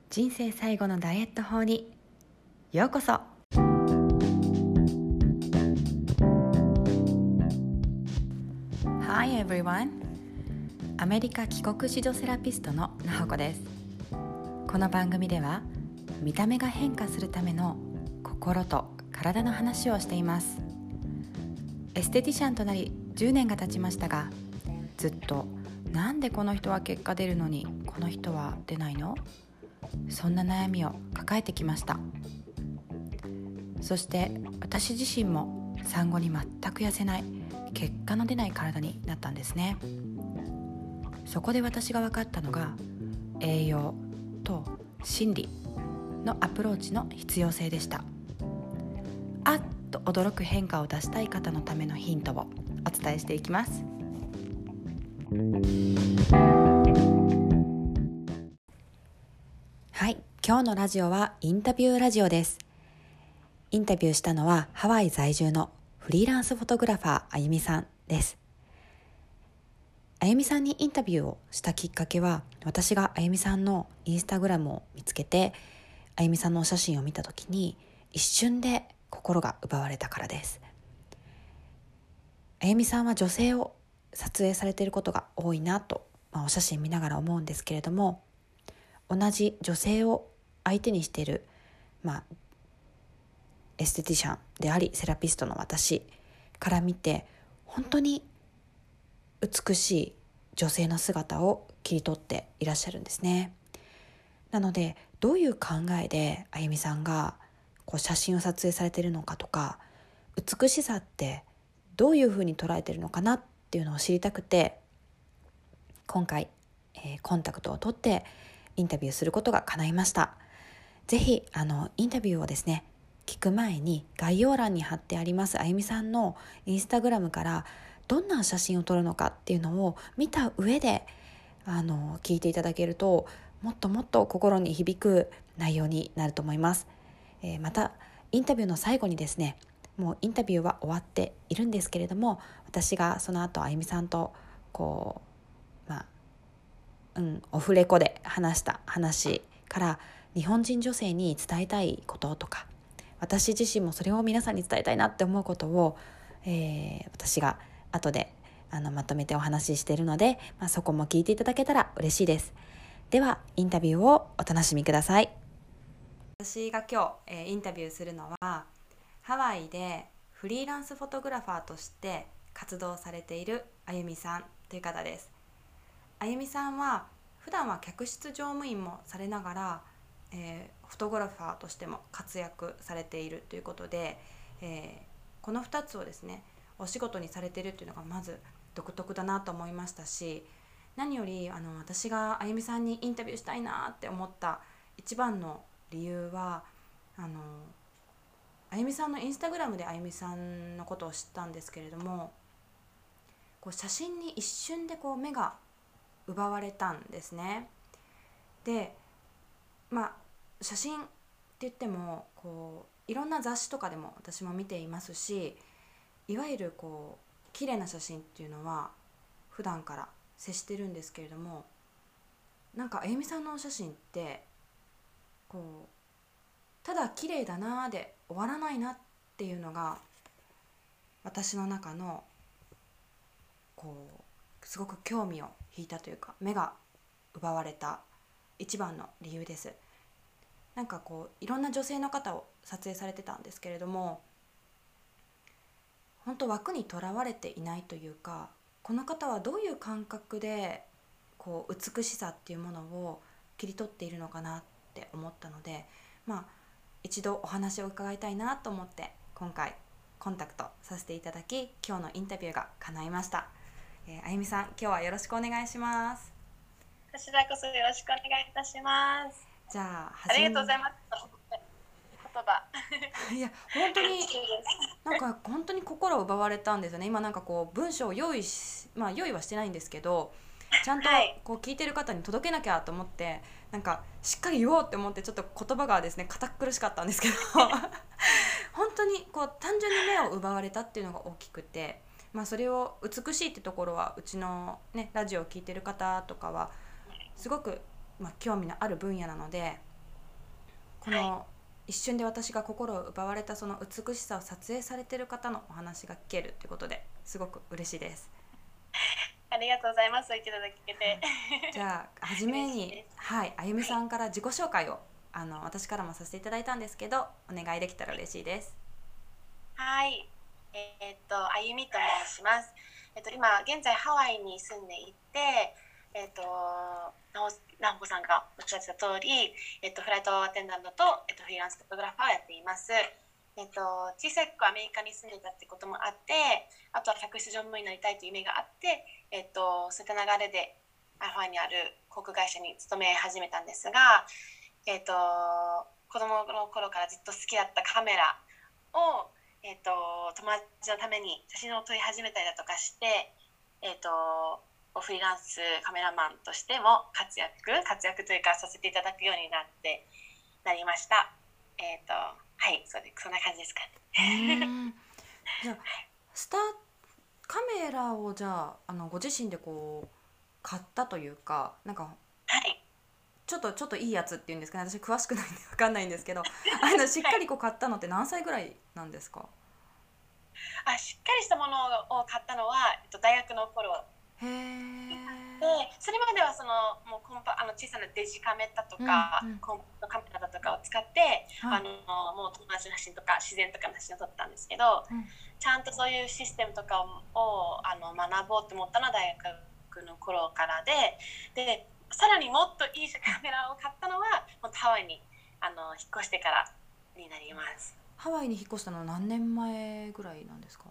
人生最後のダイエット法にようこそ。Hi everyone。 アメリカ帰国子女セラピストのなほこです。この番組では見た目が変化するための心と体の話をしています。エステティシャンとなり10年が経ちましたが、ずっとなんでこの人は結果出るのにこの人は出ないの？そんな悩みを抱えてきました。そして私自身も産後に全く痩せない、結果の出ない体になったんですね。そこで私が分かったのが、栄養と心理のアプローチの必要性でした。あっと驚く変化を出したい方のためのヒントをお伝えしていきます。はい、今日のラジオはインタビューラジオです。インタビューしたのはハワイ在住のフリーランスフォトグラファーあゆみさんです。あゆみさんにインタビューをしたきっかけは、私があゆみさんのインスタグラムを見つけて、あゆみさんのお写真を見たときに一瞬で心が奪われたからです。あゆみさんは女性を撮影されていることが多いなと、お写真見ながら思うんですけれども、同じ女性を相手にしている、エステティシャンでありセラピストの私から見て、本当に美しい女性の姿を切り取っていらっしゃるんですね。なので、どういう考えであゆみさんが写真を撮影されているのかとか、美しさってどういうふうに捉えているのかなっていうのを知りたくて、今回、コンタクトを取ってインタビューすることが叶いました。ぜひインタビューをですね、聞く前に概要欄に貼ってありますあゆみさんのインスタグラムからどんな写真を撮るのかっていうのを見た上で聞いていただけると、もっともっと心に響く内容になると思います。またインタビューの最後にですね、もうインタビューは終わっているんですけれども、私がその後あゆみさんとオフレコで話した話から、日本人女性に伝えたいこととか、私自身もそれを皆さんに伝えたいなって思うことを、私が後でまとめてお話ししているので、そこも聞いていただけたら嬉しいです。ではインタビューをお楽しみください。私が今日、インタビューするのは、ハワイでフリーランスフォトグラファーとして活動されているあゆみさんという方です。あゆみさんは普段は客室乗務員もされながら、フォトグラファーとしても活躍されているということで、この2つをですねお仕事にされているというのがまず独特だなと思いましたし、何より私があゆみさんにインタビューしたいなって思った一番の理由は、あゆみさんのインスタグラムであゆみさんのことを知ったんですけれども、写真に一瞬で目が奪われたんですね。で、写真って言ってもいろんな雑誌とかでも私も見ていますし、いわゆる綺麗な写真っていうのは普段から接してるんですけれども、あゆみさんのお写真ってただ綺麗だなで終わらないなっていうのが、私の中のすごく興味を引いたというか、目が奪われた一番の理由です。いろんな女性の方を撮影されてたんですけれども、本当枠にとらわれていないというか、この方はどういう感覚で美しさっていうものを切り取っているのかなって思ったので、一度お話を伺いたいなと思って今回コンタクトさせていただき、今日のインタビューが叶いました。あゆみさん、今日はよろしくお願いします。 こちらこそよろしくお願いいたします。 じゃあありがとうございます。言葉いや本当に本当に心を奪われたんですよね。今文章を用意はしてないんですけど、ちゃんと聞いてる方に届けなきゃと思って、しっかり言おうって思って、ちょっと言葉がですね堅苦しかったんですけど本当に単純に目を奪われたっていうのが大きくて、それを美しいってところはうちのねラジオを聞いてる方とかはすごく興味のある分野なので、 この一瞬で私が心を奪われたその美しさを撮影されている方のお話が聞けるということですごく嬉しいです。 ありがとうございます。言っていただけて。 じゃあ初めに、 嬉しいです。 はい、あゆみさんから自己紹介を私からもさせていただいたんですけど、お願いできたら嬉しいです。 はい。あゆみと申します。今、現在ハワイに住んでいて、なおこさんがおっしゃってた通り、フライトアテンダントと、フリーランスフォトグラファーをやっています。小さい頃アメリカに住んでいたってこともあって、あとは客室乗務員になりたいという夢があって、そういった流れでハワイにある航空会社に勤め始めたんですが、子供の頃からずっと好きだったカメラを、友達のために写真を撮り始めたりだとかして、フリーランスカメラマンとしても活躍というかさせていただくようになりました。はい、そんな感じですかね。 じゃあカメラをじゃあご自身でこう買ったというか、なんかはい。 ちょっといいやつっていうんですかね、私詳しくないんで分かんないんですけどしっかりこう買ったのって何歳ぐらいなんですか？ しっかりしたものを買ったのは、大学の頃へで、それまではもう小さなデジカメだとか、コンパクトカメラだとかを使って、 はい、 もう友達の写真とか自然とかの写真を撮ったんですけど、ちゃんとそういうシステムとかを学ぼうと思ったのは大学の頃からで、さらにもっといいカメラを買ったのはもっとハワイに引っ越してからになります。 ハワイに引っ越したのは何年前ぐらいなんですか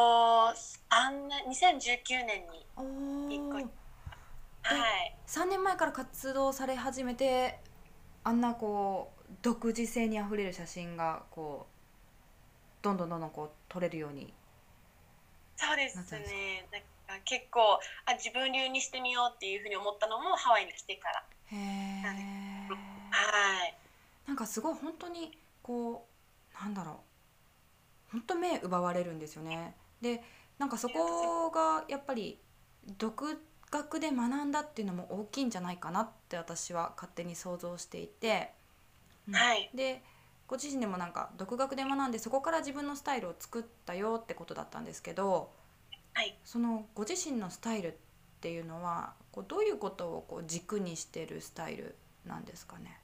2019年に引っ越しではい。 3年前から活動され始めて、あんなこう独自性にあふれる写真がこうどんどんこう撮れるようにそうでなっすたんですか？ ね。なんか結構自分流にしてみようっていうふうに思ったのもハワイに来てからへなんです。 え。 はい。 なんかすごい本当にこうなんだろう、本当目奪われるんですよね。でなんかそありがとうございこがやっぱり独学で学んだっていうのも大きいんじゃないかなって私は勝手に想像していて、 ます。はい。 でご自身でもなんか独学で学んでそこから自分のスタイルを作ったよってことだったんですけど、 はい。 そのご自身のスタイルっていうのはこうどういうことをこう軸にしてるスタイルなんですかね？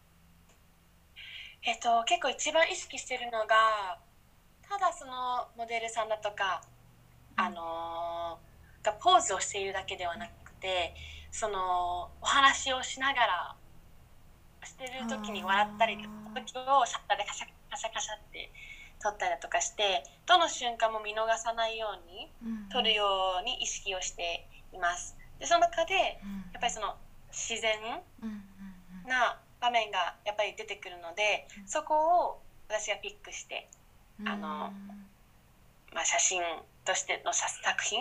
結構一番意識してるのが、ただそのモデルさんだとか、がポーズをしているだけではなくて、そのお話をしながらしてる時に笑ったり時をシャッターでカシャカシャカシャって撮ったりだとかして、どの瞬間も見逃さないように撮るように意識をしています。でその中でやっぱりその自然な場面がやっぱり出てくるので、そこを私がピックして写真としての作品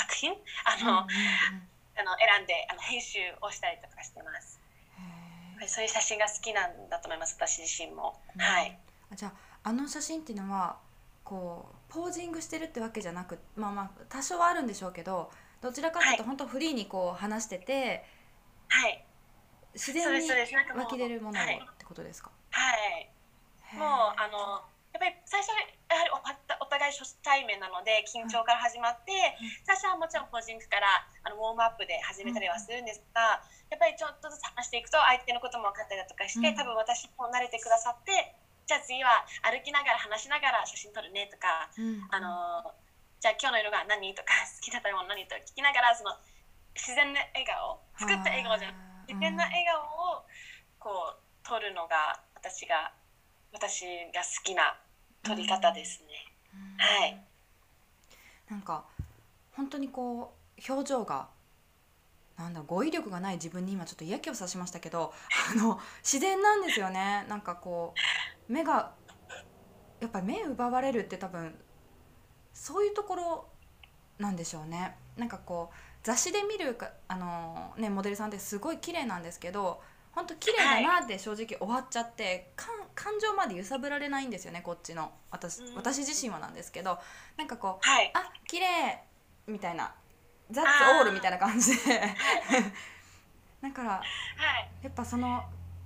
選んで編集をしたりとかしてます。そういう写真が好きなんだと思います、私自身も。はい。 じゃあ写真っていうのはこうポージングしてるってわけじゃなく、多少はあるんでしょうけど、どちらかというと本当フリーにこう話してて、 はい、 自然に湧き出るものをってことですか？ はい、もうやっぱり最初はやはりお互い初対面なので緊張から始まって、最初はもちろんポージングからウォームアップで始めたりはするんですが、やっぱりちょっとずつ話していくと相手のことも分かったりだとかして、多分私も慣れてくださって、じゃあ次は歩きながら話しながら写真撮るねとか、じゃあ今日の色が何とか好きな食べ物何と聞きながら、その自然な笑顔、作った笑顔じゃなくて自然な笑顔をこう撮るのが私が好きな撮り方ですね。はい。 なんか本当にこう表情が語彙力がない自分に今ちょっと嫌気をさしましたけど自然なんですよね。なんかこう目がやっぱり目奪われるって多分そういうところなんでしょうね。なんかこう雑誌で見るモデルさんってすごい綺麗なんですけど、本当綺麗だなって正直終わっちゃって、感情まで揺さぶられないんですよね、こっちの私自身はなんですけど、なんかこう、あ綺麗みたいな、ザッツオールみたいな感じでだからやっぱそ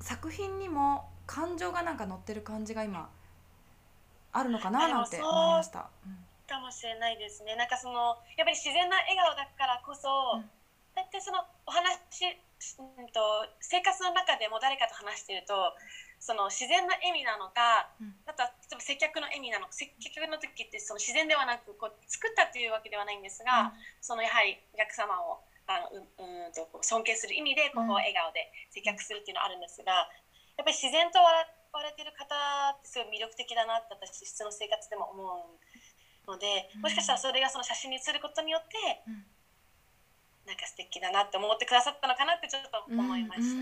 作品にも感情がなんか乗ってる感じが今あるのかななんて思いました。 かもしれないですね。なんかそのやっぱり自然な笑顔だからこそ、だってそのお話、生活の中でも誰かと話しているとその自然な笑みなのか、あとは例えば接客の笑みなのか、接客の時ってその自然ではなくこう作ったというわけではないんですが、そのやはりお客様を尊敬する意味でこう笑顔で接客するっていうのはあるんですが、やっぱり自然と笑われてる方ってすごい魅力的だなって私普通の生活でも思うので、もしかしたらそれがその写真に写ることによって、なんか素敵だなって思ってくださったのかなってちょっと思いました。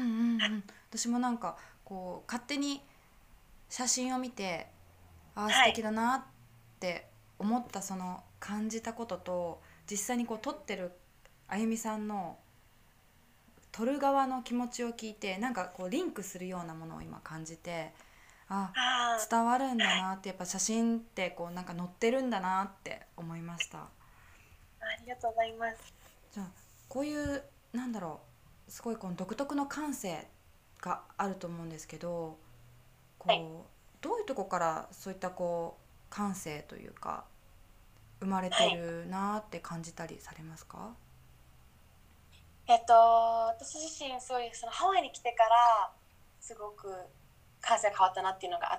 私もなんかこう勝手に写真を見て素敵だなって思ったその感じたことと実際にこう撮ってるあゆみさんの撮る側の気持ちを聞いてなんかこうリンクするようなものを今感じて伝わるんだなって、やっぱ写真ってこうなんか載ってるんだなって思いました。ありがとうございます。 じゃあこういうなんだろうすごいこの独特の感性があると思うんですけど、こうどういうとこからそういったこう感性というか生まれてるなって感じたりされますか？ 私自身すごいそのハワイに来てからすごく感性が変わったなっていうのがあって、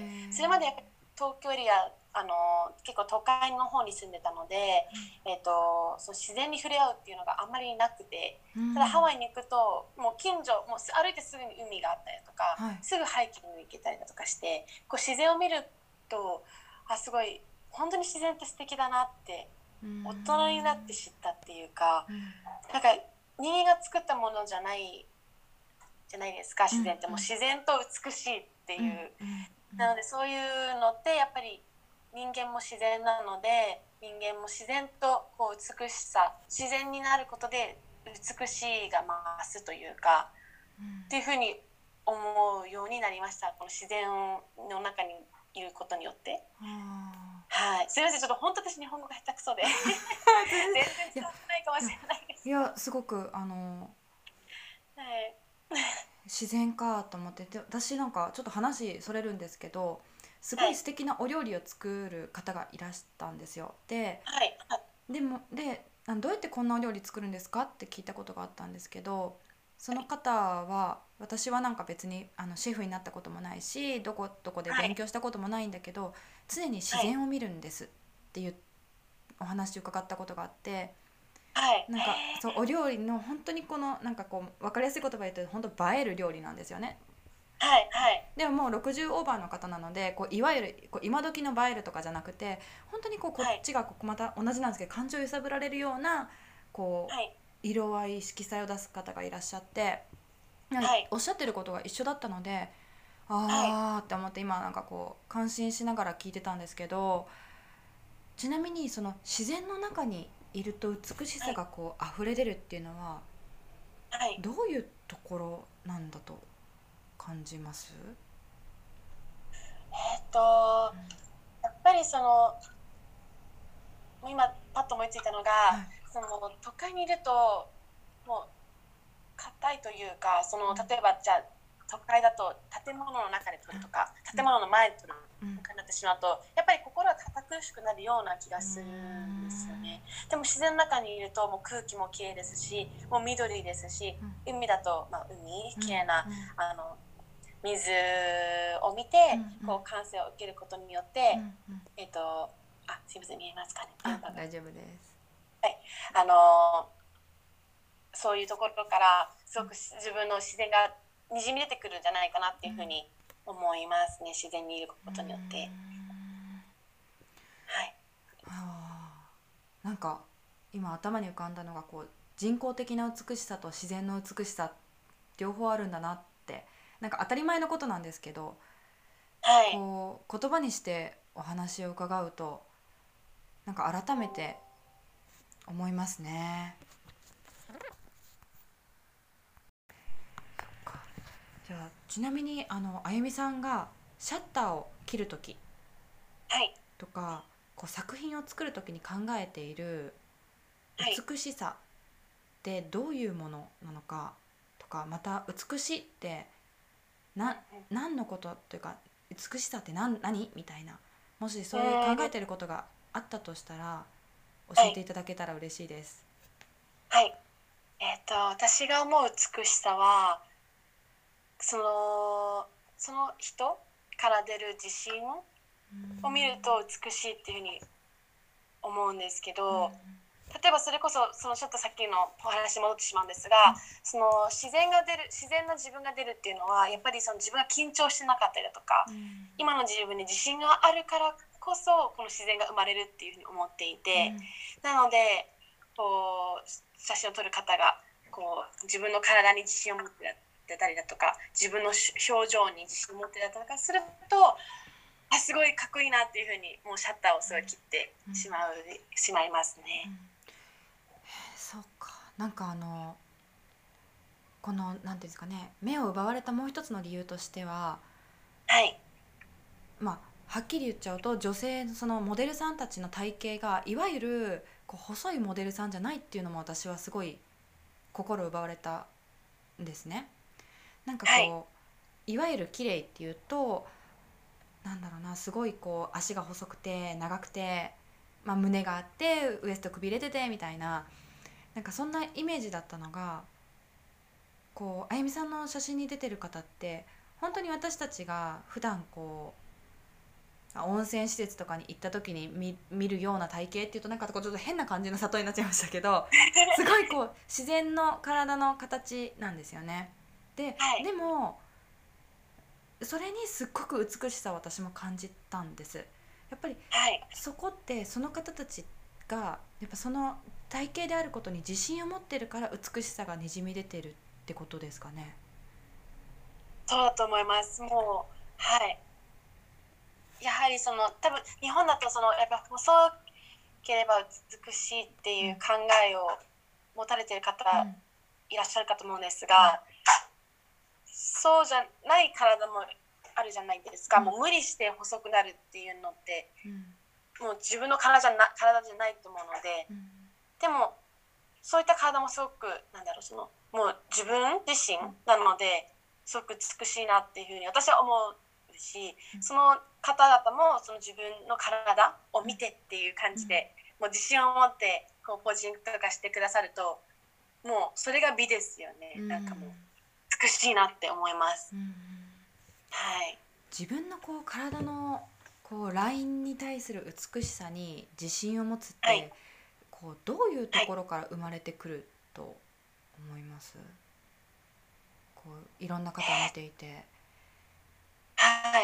それまでやっぱり東京エリア結構都会の方に住んでたので、そう自然に触れ合うっていうのがあんまりなくて、ただハワイに行くともう近所もう歩いてすぐに海があったりとか、すぐハイキング行けたりだとかしてこう自然を見るとすごい本当に自然って素敵だなって大人になって知ったっていうか、なんか人間が作ったものじゃないですか。自然ってもう自然と美しいっていう、なのでそういうのってやっぱり人間も自然なので、人間も自然とこう美しさ、自然になることで美しいが増すというか、っていうふうに思うようになりました。この自然の中にいることによって。はい、すみません、ちょっと本当私日本語が下手くそで全然伝わってないかもしれないです。 いやすごく自然かと思ってて、私なんかちょっと話それるんですけど、すごい素敵なお料理を作る方がいらしたんですよ。で、どうやってこんなお料理作るんですかって聞いたことがあったんですけど、その方は私はなんか別にシェフになったこともないしどこで勉強したこともないんだけど、常に自然を見るんですっていうお話を伺ったことがあって、なんかそうお料理の本当にこのなんかこう分かりやすい言葉で言うと本当映える料理なんですよね。でももう60オーバーの方なのでこういわゆるこう今時の映えるとかじゃなくて、本当にこっちがこうまた同じなんですけど感情を揺さぶられるようなこう、色合い色彩を出す方がいらっしゃって、おっしゃってることが一緒だったのでって思って今なんかこう感心しながら聞いてたんですけど、ちなみにその自然の中にいると美しさがこう溢れ出るっていうのはどういうところなんだと感じます？ やっぱりその今パッと思いついたのが、その都会にいるともう硬いというか、その例えばじゃあ都会だと建物の中で撮るとか、建物の前で撮るとかになってしまうと、やっぱり心が堅苦しくなるような気がするんですよね。でも自然の中にいるともう空気もきれいですし、もう緑ですし、海だと、海きれいな水を見てこう感性を受けることによって、すいません見えますかね。 大丈夫です。 そういうところからすごく自分の自然がにじみ出てくるんじゃないかなっていうふうに思いますね。自然にいることによって。 なんか今頭に浮かんだのがこう人工的な美しさと自然の美しさ両方あるんだなって、なんか当たり前のことなんですけど、こう言葉にしてお話を伺うとなんか改めて思いますね。じゃあちなみにあゆみさんがシャッターを切る時とか、こう作品を作る時に考えている美しさってどういうものなのかとか、また美しいって何のことというか、美しさって何みたいな、もしそういう考えてることがあったとしたら教えていただけたら嬉しいです。 はい。私が思う美しさは、その人から出る自信を見ると美しいっていうふうに思うんですけど、例えばそれこそちょっとさっきのお話に戻ってしまうんですが、自然な自分が出るっていうのは、やっぱり自分が緊張してなかったりだとか、今の自分に自信があるからこそこの自然が生まれるっていうふうに思っていて、なので写真を撮る方が自分の体に自信を持ってたりだとか、自分の表情に自信を持ってたりとかすると、すごいかっこいいなっていうふうに、もうシャッターをすごい切ってしまいますね。 そうか。なんかこのなんていうんですかね、目を奪われたもう一つの理由としては、 はい、 はっきり言っちゃうと、女性のそのモデルさんたちの体型がいわゆる細いモデルさんじゃないっていうのも私はすごい心奪われたんですね。なんかはい、 いわゆる綺麗っていうと、なんだろうな、すごい足が細くて長くて、胸があってウエストくびれててみたいな、なんかそんなイメージだったのが、あゆみさんの写真に出てる方って本当に私たちが普段温泉施設とかに行った時に見るような体型っていうと、なんかちょっと変な感じの里になっちゃいましたけど、すごい自然の体の形なんですよね。で、 はい、 でもそれにすっごく美しさを私も感じたんです。やっぱりはい。 そこってその方たちがやっぱその体型であることに自信を持ってるから美しさがにじみ出てるってことですかね。 そうだと思います。もう、はい。やはり多分日本だとやっぱ細ければ美しいっていう考えを持たれている方いらっしゃるかと思うんですが、そうじゃない体もあるじゃないですか。もう無理して細くなるっていうのって、もう自分の体じゃないと思うので、でもそういった体もすごくもう自分自身なのですごく美しいなっていうふうに私は思うし、その方々も自分の体を見てっていう感じで、もう自信を持ってポージングとかしてくださると、もうそれが美ですよね。なんかもう美しいなって思います。はい。 自分の体のラインに対する美しさに自信を持つって、 はい、 どういうところから生まれてくると思います？いろんな方を見ていて。 はい。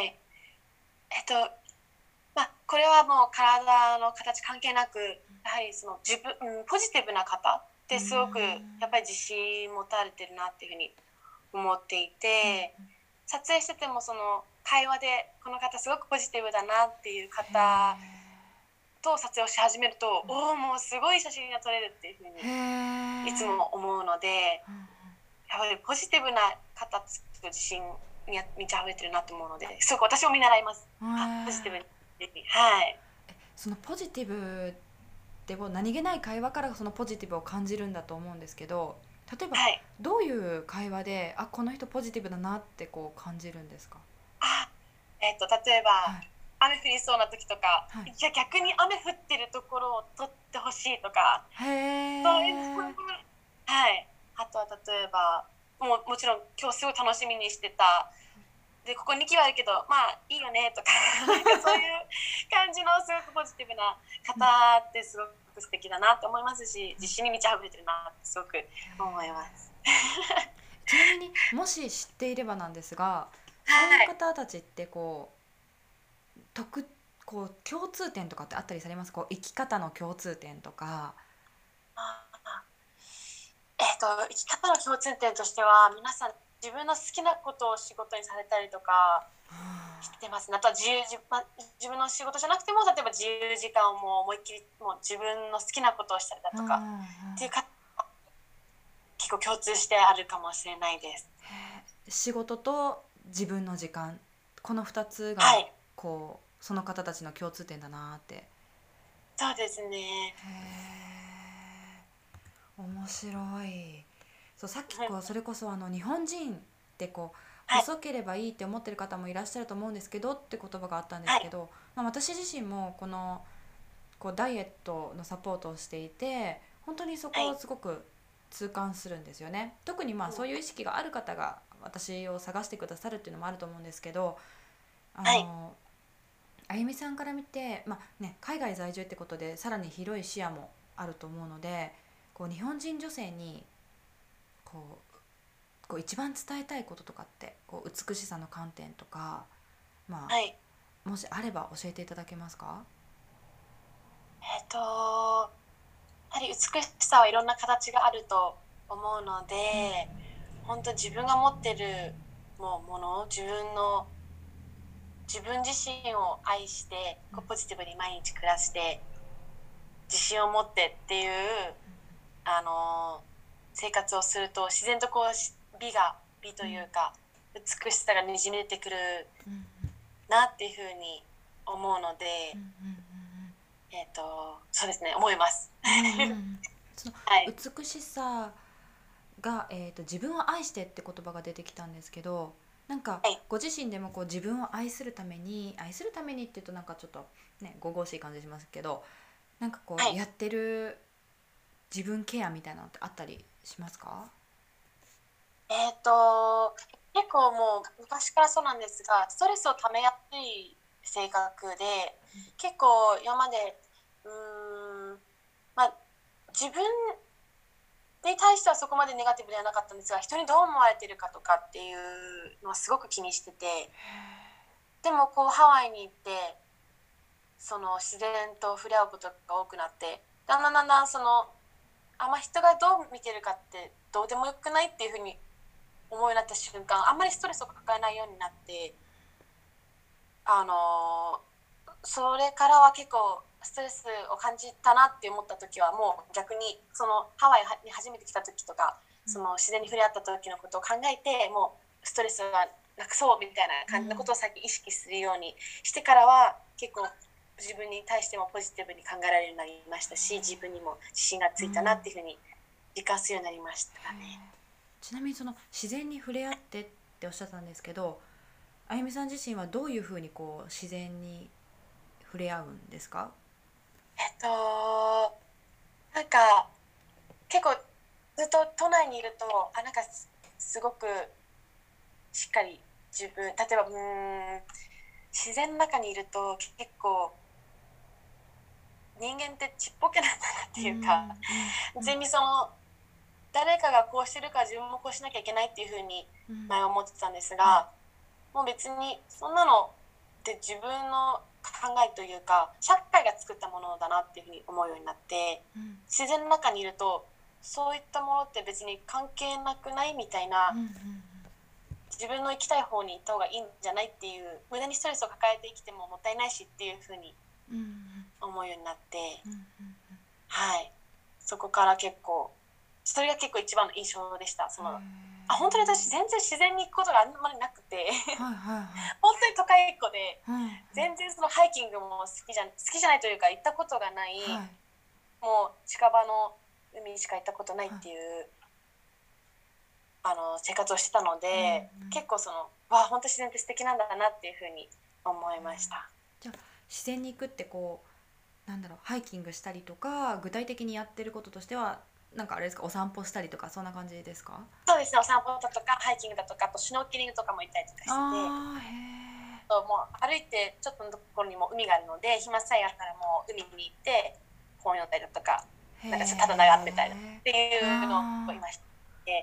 これはもう体の形関係なく、やはりポジティブな方ってすごくやっぱり自信持たれてるなっていうふうに思っていて、撮影してても会話でこの方すごくポジティブだなっていう方と撮影をし始めると、もうすごい写真が撮れるっていうふうにいつも思うので、やっぱりポジティブな方って自信に満ち溢れてるなと思うので、すごく私も見習います。ポジティブに。はい。 そのポジティブでも何気ない会話からそのポジティブを感じるんだと思うんですけど、例えばどういう会話でこの人ポジティブだなって感じるんですか？ 例えば、 はい、 雨降りそうな時とか、 はい、 じゃあ逆に雨降ってるところを撮ってほしいとか、 へそういうー、 はい。あとは例えばもちろん今日すごい楽しみにしてた、でここ2期はあるけどまあいいよねとかなんかそういう感じのすごくポジティブな方ってすごく素敵だなと思いますし、自信に満ち溢れてるなってすごく思います。 ちなみにもし知っていればなんですが、そういうはい。 方たちって共通点とかってあったりされます？生き方の共通点とか。 生き方の共通点としては、皆さん自分の好きなことを仕事にされたりとかしてますね。あとは自分の仕事じゃなくても、例えば自由時間をもう思いっきりもう自分の好きなことをしたりだとかっていうか、結構共通してあるかもしれないです。 仕事と自分の時間、この2つがはい、 その方たちの共通点だなって。 そうですね。 面白い。そう、さっきそれこそ日本人ってはい。 細ければいいって思ってる方もいらっしゃると思うんですけどって言葉があったんではい。 すけど、私自身もこうダイエットのサポートをしていて本当にそこをはい。 すごく痛感するんですよね。特にうん。 そういう意識がある方が私を探してくださるっていうのもあると思うんですけど、あはい。 のあゆみさんから見て、海外在住ってことでさらに広い視野もあると思うので、こう日本人女性にここう一番伝えたいこととかってこう美しさの観点とか、まはい。 もしあれば教えていただけますか？ やはり美しさはいろんな形があると思うので、 うん本当自分が持ってるもの、自分自身を愛して、 うんポジティブに毎日暮らして、自信を持ってっていう、あの生活をすると、自然と美とうんいうか、美しさがにじみ出てくるうんなっていうふうに思うので、 うんうんそうですね、思います。 うんうんうんうん。そのはい。 美しさが、自分を愛してって言葉が出てきたんですけど、なんかはい。 ご自身でもこう自分を愛するためにっていうとなんかちょっとね神々しい感じしますけど、なんかこはい。 うやってる自分ケアみたいなのってあったりしますか？ 結構もう昔からそうなんですが、ストレスをためやすい性格で、結構今まで、うーん、まあ、自分に対してはそこまでネガティブではなかったんですが、人にどう思われてるかとかっていうのはすごく気にしてて、でもハワイに行って、その自然と触れ合うことが多くなって、だんだんあんま人がどう見てるかってどうでもよくないっていうふうに思うようになった瞬間、あんまりストレスを抱えないようになって、あのそれからは結構ストレスを感じたなって思った時は、もう逆にそのハワイに初めて来た時とか、その自然に触れ合った時のことを考えて、もうストレスはなくそうみたいな感じのことを最近意識するようにしてからは、結構自分に対してもポジティブに考えられるようになりましたし、自分にも自信がついたなっていうふうに実感するようになりましたね。 ちなみにその自然に触れ合ってっておっしゃったんですけど、あゆみさん自身はどういうふうにこう自然に触れ合うんですか？ なんか結構ずっと都内にいると、なんかすごくしっかり例えば自然の中にいると結構人間ってちっぽけなんだなっていうか、 うんうんうん全に誰かがこうしてるから自分もこうしなきゃいけないっていうふうにうん前は思ってたんですが、もう別にそんなのって自分の考えというか社会が作ったものだなっていうふうに思うようになって、 うん自然の中にいるとそういったものって別に関係なくないみたいな、 うんうん自分の行きたい方に行った方がいいんじゃないっていう、無駄にストレスを抱えて生きてももったいないしっていうふうにうんうん思うようになって、 うんうんはい、そこからそれが結構一番の印象でした。 へ本当に私全然自然に行くことがあんまりなくてはいはいはい本当に都会っ子で、 うん全然そのハイキングも好きじゃないというか、行ったことがない、 はいもう近場の海にしか行ったことないっはいていう生活をしてたのうんうんで、結構本当自然って素敵なんだなっていうふうに思いました。 じゃあ自然に行くってこうなんだろう、ハイキングしたりとか具体的にやってることとしてはなんかあれですか、お散歩したりとかそんな感じですか？ そうですね、お散歩だとかハイキングだとか、あとシュノーケリングとかも行ったりとかしてて、 ああー、へもう歩いてちょっとのところにも海があるので、暇さえあったらもう海に行って本読んだりだとか、 えへなんかただ眺めたりっえ、 ていうのをあ今して、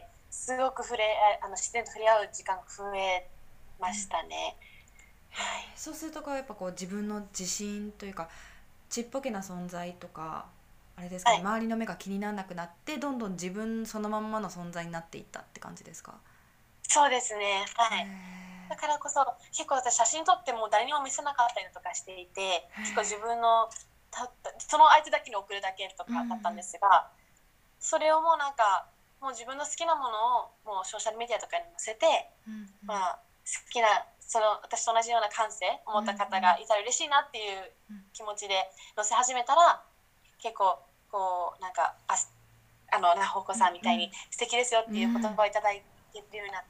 すごく自然と触れ合う時間が増えましたね。はい。 そうするとこうやっぱこう自分の自信というかちっぽけな存在とかあれですかね、 はい。 周りの目が気にならなくなってどんどん自分そのまんまの存在になっていったって感じですか？ そうですね。 へはい。だえ、 からこそ結構私写真撮っても誰にも見せなかったりとかしていて、結構自分のその相手だけに送るだけとうんうんかだったんですが、それをもうもう自分の好きなものをもうソーシャルメディアとかに載せて、 うん好きな私と同じような感性を持った方がいたら嬉しいなっていううん気持ちで載せ始めたら、結構なほこさんみたいに素敵ですよっていう言葉をいただいてるようになって、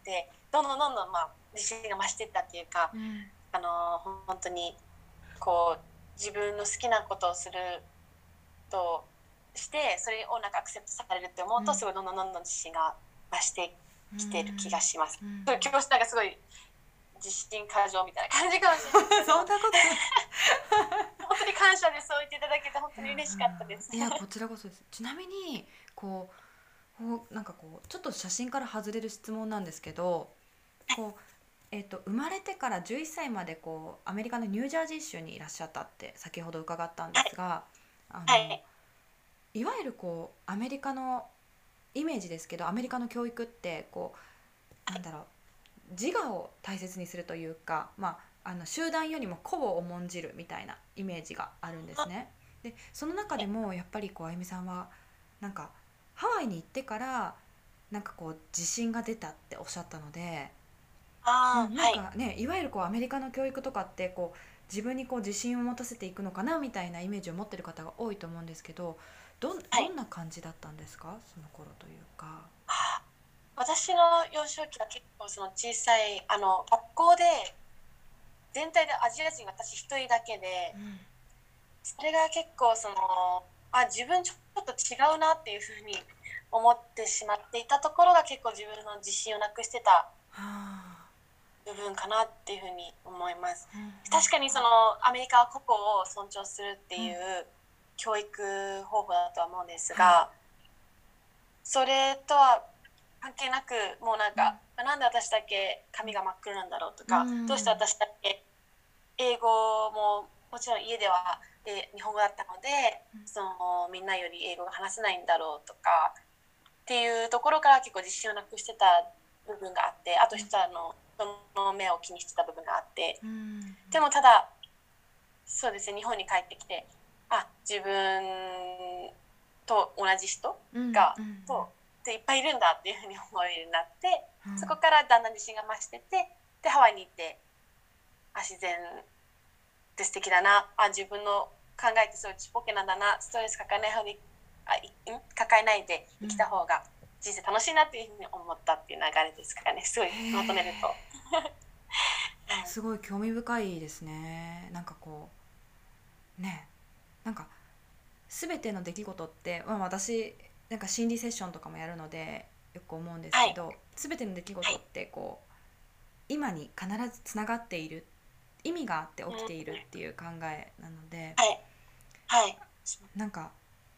どんどんどんどん、自信が増していったっていうか、本当にこう自分の好きなことをするとしてそれをなんかアクセプトされるって思うと、すごいどんどんどんどん自信が増してきてる気がします。教室なんかすごい自信過剰みたいな感じかもしれないそんなこと本当に感謝でそう言っていただけて本当に嬉しかったです。 いやこちらこそです。ちなみになんかちょっと写真から外れる質問なんですけど、生まれてから11歳までアメリカのニュージャージー州にいらっしゃったって先ほど伺ったんですが、 はい、 いわゆるアメリカのイメージですけど、アメリカの教育ってなんだろう、自我を大切にするというか、集団よりも個を重んじるみたいなイメージがあるんですね。でその中でもやっぱりあゆみさんはなんかハワイに行ってからなんか自信が出たっておっしゃったので、なんかね、いわゆるアメリカの教育とかって自分に自信を持たせていくのかなみたいなイメージを持ってる方が多いと思うんですけど、どんな感じだったんですか、その頃というか。 私の幼少期は結構その小さい学校で全体でアジア人私一人だけで、それが結構自分ちょっと違うなっていうふうに思ってしまっていたところが結構自分の自信をなくしてた部分かなっていうふうに思います。確かにアメリカは個々を尊重するっていう教育方法だとは思うんですが、それとは関係なくもうなんか、なんで私だけ髪が真っ黒なんだろうとか、どうして私だけ英語ももちろん家では日本語だったので、みんなより英語が話せないんだろうとかっていうところから結構自信をなくしてた部分があって、あと人の目を気にしてた部分があって、でもただそうですね、日本に帰ってきて自分と同じ人が、いっぱいいるんだっていうふうに思えるようになって、そこからだんだん自信が増してて、でハワイに行って自然で素敵だな、自分の考えってそういうちっぽけなんだな、ストレス抱えないで生きた方が人生楽しいなっていうふうに思ったっていう流れですかね。すごいまとめるとすごい興味深いですね。なんかね、なんか全ての出来事って、私なんか心理セッションとかもやるのでよく思うんですけど、全ての出来事って今に必ずつながっている、意味があって起きているっていう考えなので、なんか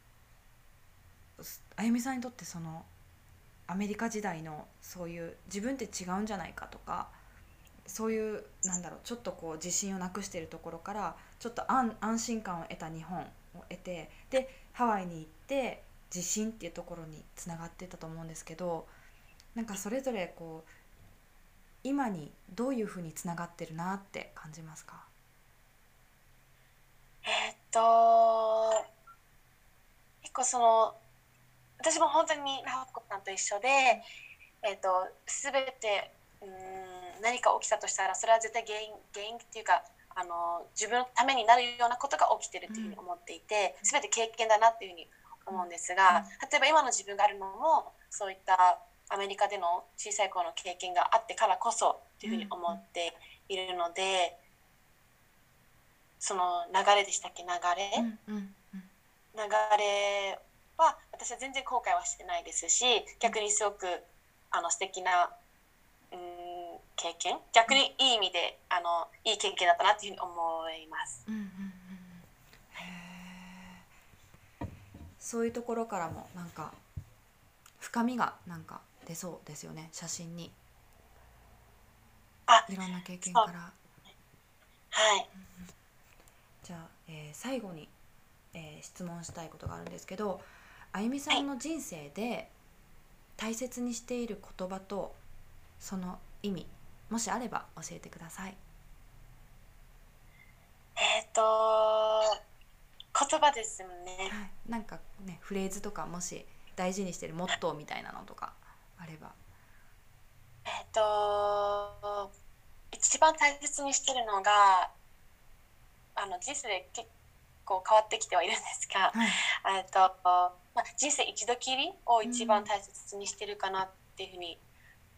あゆみさんにとってアメリカ時代のそういう自分って違うんじゃないかとか、そういうちょっと自信をなくしているところからちょっと安心感を得た日本を得て、でハワイに行って自信っていうところにつながっていったと思うんですけど、なんかそれぞれ今にどういうふうにつながってるなって感じますか？ 結構私も本当になほこさんと一緒で、全て何か起きたとしたらそれは絶対原因っていうか自分のためになるようなことが起きてるっていうふうに思っていて、全て経験だなっていうふうに思うんですが、例えば今の自分があるのもそういったアメリカでの小さい頃の経験があってからこそっていうふうに思っているので、その流れでしたっけ、流れは私は全然後悔はしてないですし、逆にすごく素敵な経験、逆にいい意味でいい経験だったなっていうふうに思います。 そういうところからもなんか深みがなんか出そうですよね、写真に。いろんな経験から。じゃあ、最後に、質問したいことがあるんですけど、あゆみさんの人生で大切にしている言葉とその意味、もしあれば教えてください。 言葉ですね、 なんかね、フレーズとかもし大事にしてるモットーみたいなのとかあれば。 一番大切にしてるのが人生で結構変わってきてはいるんですが、人生一度きりを一番大切にしてるかなっていうふうに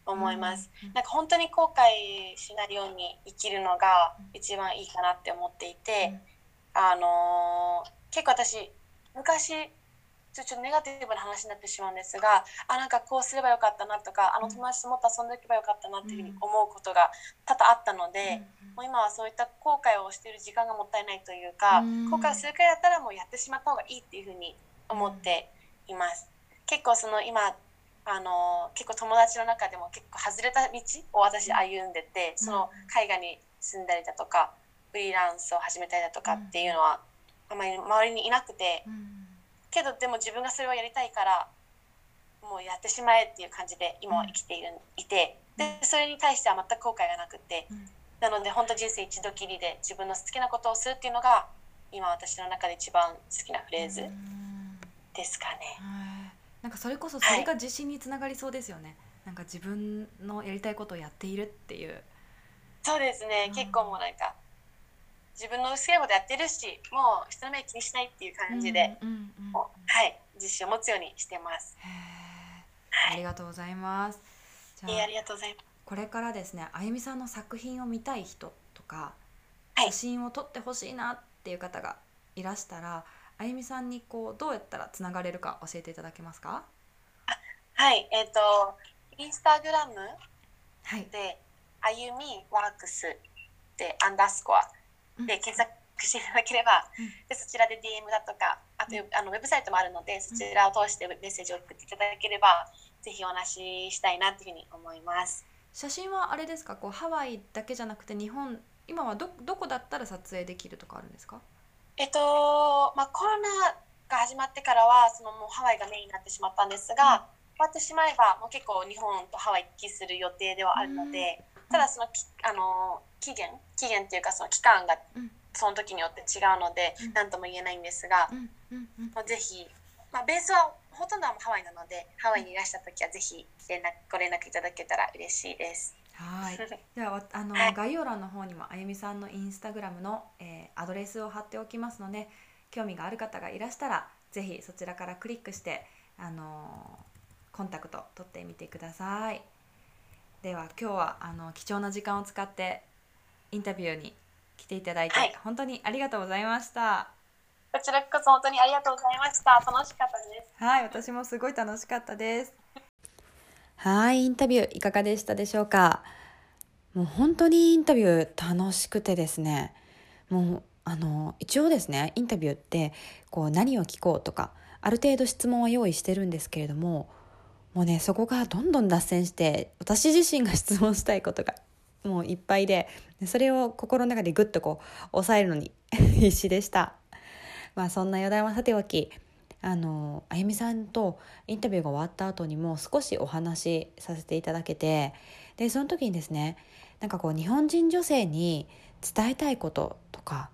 思います。 うんなんか本当に後悔しないように生きるのが一番いいかなって思っていて、結構私昔ちょっとネガティブな話になってしまうんですが、なんかこうすればよかったなとか、友達ともっと遊んでおけばよかったなっていうふうに思うことが多々あったので、もう今はそういった後悔をしている時間がもったいないというか、後悔をするくらいだったらもうやってしまった方がいいっていうふうに思っています。結構今結構友達の中でも結構外れた道を私歩んでて、その海外に住んだりだとかフリーランスを始めたりだとかっていうのはあまり周りにいなくて、けどでも自分がそれをやりたいからもうやってしまえっていう感じで今は生きていて、でそれに対しては全く後悔がなくて、なので本当人生一度きりで自分の好きなことをするっていうのが今私の中で一番好きなフレーズですかね。 なんかそれこそそれが自信につながりそうですよね、なんか自分のやりたいことをやっているっていう。 そうですね、結構もうなんか自分の好きなことやってるし、もう人の目気にしないっていう感じで、自信を持つようにしてます。 ありがとうございます。 じゃあ、ありがとうございます。 これからですね、あゆみさんの作品を見たい人とか、写真を撮ってほしいなっていう方がいらしたら、あゆみさんにどうやったらつながれるか教えていただけますか？ はい、インスタグラムで、あゆみワークスでアンダースコアで検索していただければ、でそちらで DM だとか、あとウェブサイトもあるので、そちらを通してメッセージを送っていただければ、ぜひお話ししたいなというふうに思います。 写真はあれですか、ハワイだけじゃなくて日本、今はどこだったら撮影できるとかあるんですか？ コロナが始まってからはもうハワイがメインになってしまったんですが、終わってしまえばもう結構日本とハワイ行きする予定ではあるので、ただ期限っていうかその期間がその時によって違うので何とも言えないんですが、ぜひ、ベースはほとんどはハワイなので、ハワイにいらした時はぜひご連絡いただけたら嬉しいです。 はい。では概要欄の方にもあゆみさんのインスタグラムの、アドレスを貼っておきますので、興味がある方がいらしたらぜひそちらからクリックしてコンタクト取ってみてください。では今日は貴重な時間を使ってインタビューに来ていただいて、本当にありがとうございました。 こちらこそ本当にありがとうございました。楽しかったです。 はい、私もすごい楽しかったです。はい、インタビューいかがでしたでしょうか？もう本当にインタビュー楽しくてですね、もう一応ですね、インタビューって何を聞こうとかある程度質問は用意してるんですけれども、もうねそこがどんどん脱線して私自身が質問したいことがもういっぱいで、それを心の中でグッと抑えるのに必死でした。そんな余談はさておき、あゆみさんとインタビューが終わった後にも少しお話しさせていただけて、でその時にですね、なんか日本人女性に伝えたいこととか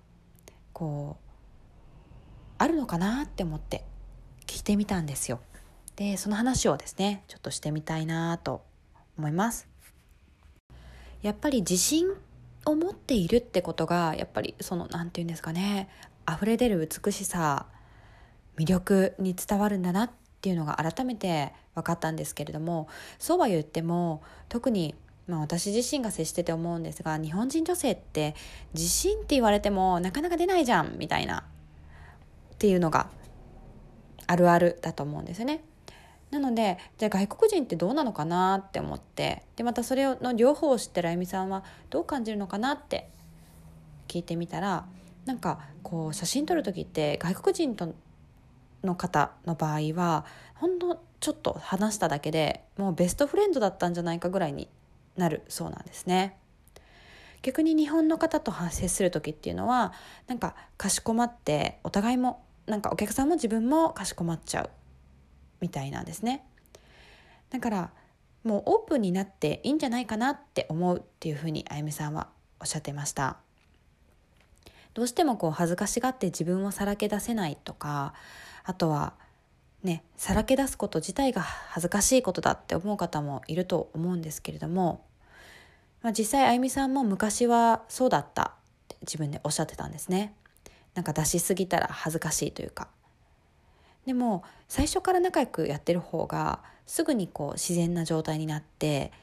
あるのかなって思って聞いてみたんですよ。でその話をですねちょっとしてみたいなと思います。やっぱり自信を持っているってことが、やっぱりなんていうんですかね、溢れ出る美しさ、魅力に伝わるんだなっていうのが改めて分かったんですけれども、そうは言っても特に私自身が接してて思うんですが、日本人女性って自信って言われてもなかなか出ないじゃんみたいなっていうのがあるあるだと思うんですよね。なのでじゃあ外国人ってどうなのかなって思って、でまたそれの両方を知ってるあゆみさんはどう感じるのかなって聞いてみたら、なんか写真撮る時って外国人の方の場合はほんのちょっと話しただけでもうベストフレンドだったんじゃないかぐらいになるそうなんですね。逆に日本の方と接する時っていうのはなんかかしこまって、お互いもなんかお客さんも自分もかしこまっちゃうみたいなんですね。だからもうオープンになっていいんじゃないかなって思うっていうふうにあゆみさんはおっしゃってました。どうしても恥ずかしがって自分をさらけ出せないとか、あとはね、さらけ出すこと自体が恥ずかしいことだって思う方もいると思うんですけれども、実際あゆみさんも昔はそうだったって自分でおっしゃってたんですね。なんか出しすぎたら恥ずかしいというか。でも最初から仲良くやってる方がすぐに自然な状態になって、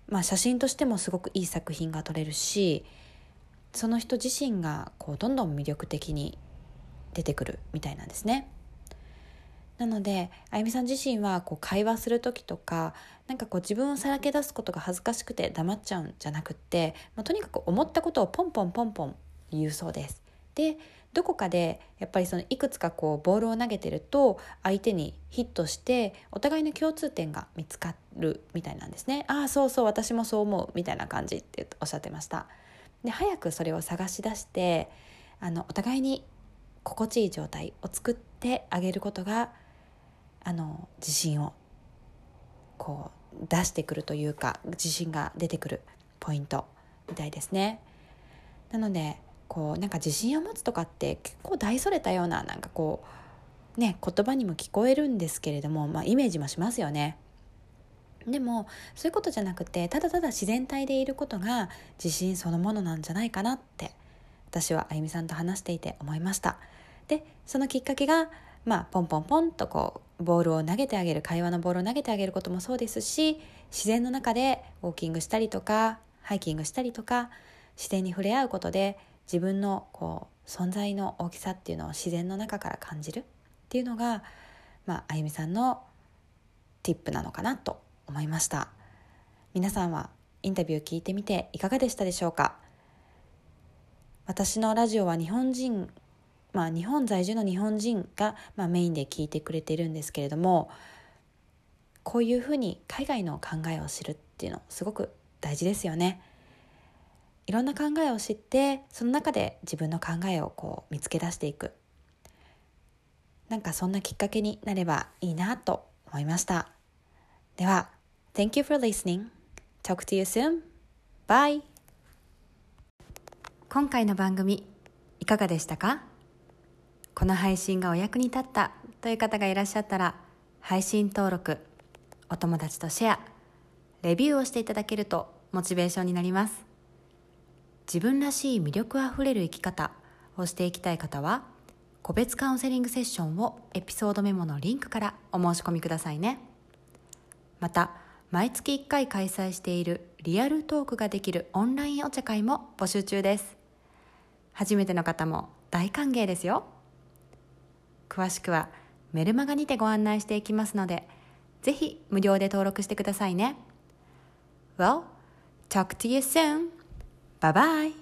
写真としてもすごくいい作品が撮れるし、その人自身がどんどん魅力的に出てくるみたいなんですね。なのであゆみさん自身は会話する時とか自分をさらけ出すことが恥ずかしくて黙っちゃうんじゃなくって、とにかく思ったことをポンポンポンポン言うそうです。でどこかでやっぱりいくつかボールを投げてると相手にヒットしてお互いの共通点が見つかるみたいなんですね。ああそうそう私もそう思うみたいな感じっておっしゃってました。で早くそれを探し出してお互いに心地いい状態を作ってあげることが自信を出してくるというか、自信が出てくるポイントみたいですね。なので自信を持つとかって結構大それたような言葉にも聞こえるんですけれども、イメージもしますよね。でもそういうことじゃなくて、ただただ自然体でいることが自信そのものなんじゃないかなって私はあゆみさんと話していて思いました。でそのきっかけがポンポンポンとボールを投げてあげる、会話のボールを投げてあげることもそうですし、自然の中でウォーキングしたりとかハイキングしたりとか自然に触れ合うことで自分の存在の大きさっていうのを自然の中から感じるっていうのが、あゆみさんのティップなのかなと思いました。皆さんはインタビュー聞いてみていかがでしたでしょうか。私のラジオは日本在住の日本人が、メインで聞いてくれているんですけれども、こういうふうに海外の考えを知るっていうのすごく大事ですよね。いろんな考えを知ってその中で自分の考えを見つけ出していく、そんなきっかけになればいいなと思いました。では Thank you for listening. Talk to you soon. Bye. 今回の番組いかがでしたか？この配信がお役に立ったという方がいらっしゃったら、配信登録、お友達とシェア、レビューをしていただけるとモチベーションになります。自分らしい魅力あふれる生き方をしていきたい方は、個別カウンセリングセッションをエピソードメモのリンクからお申し込みくださいね。また、毎月1回開催しているリアルトークができるオンラインお茶会も募集中です。初めての方も大歓迎ですよ。詳しくはメルマガにてご案内していきますので、ぜひ無料で登録してくださいね。Well, talk to you soon. Bye bye.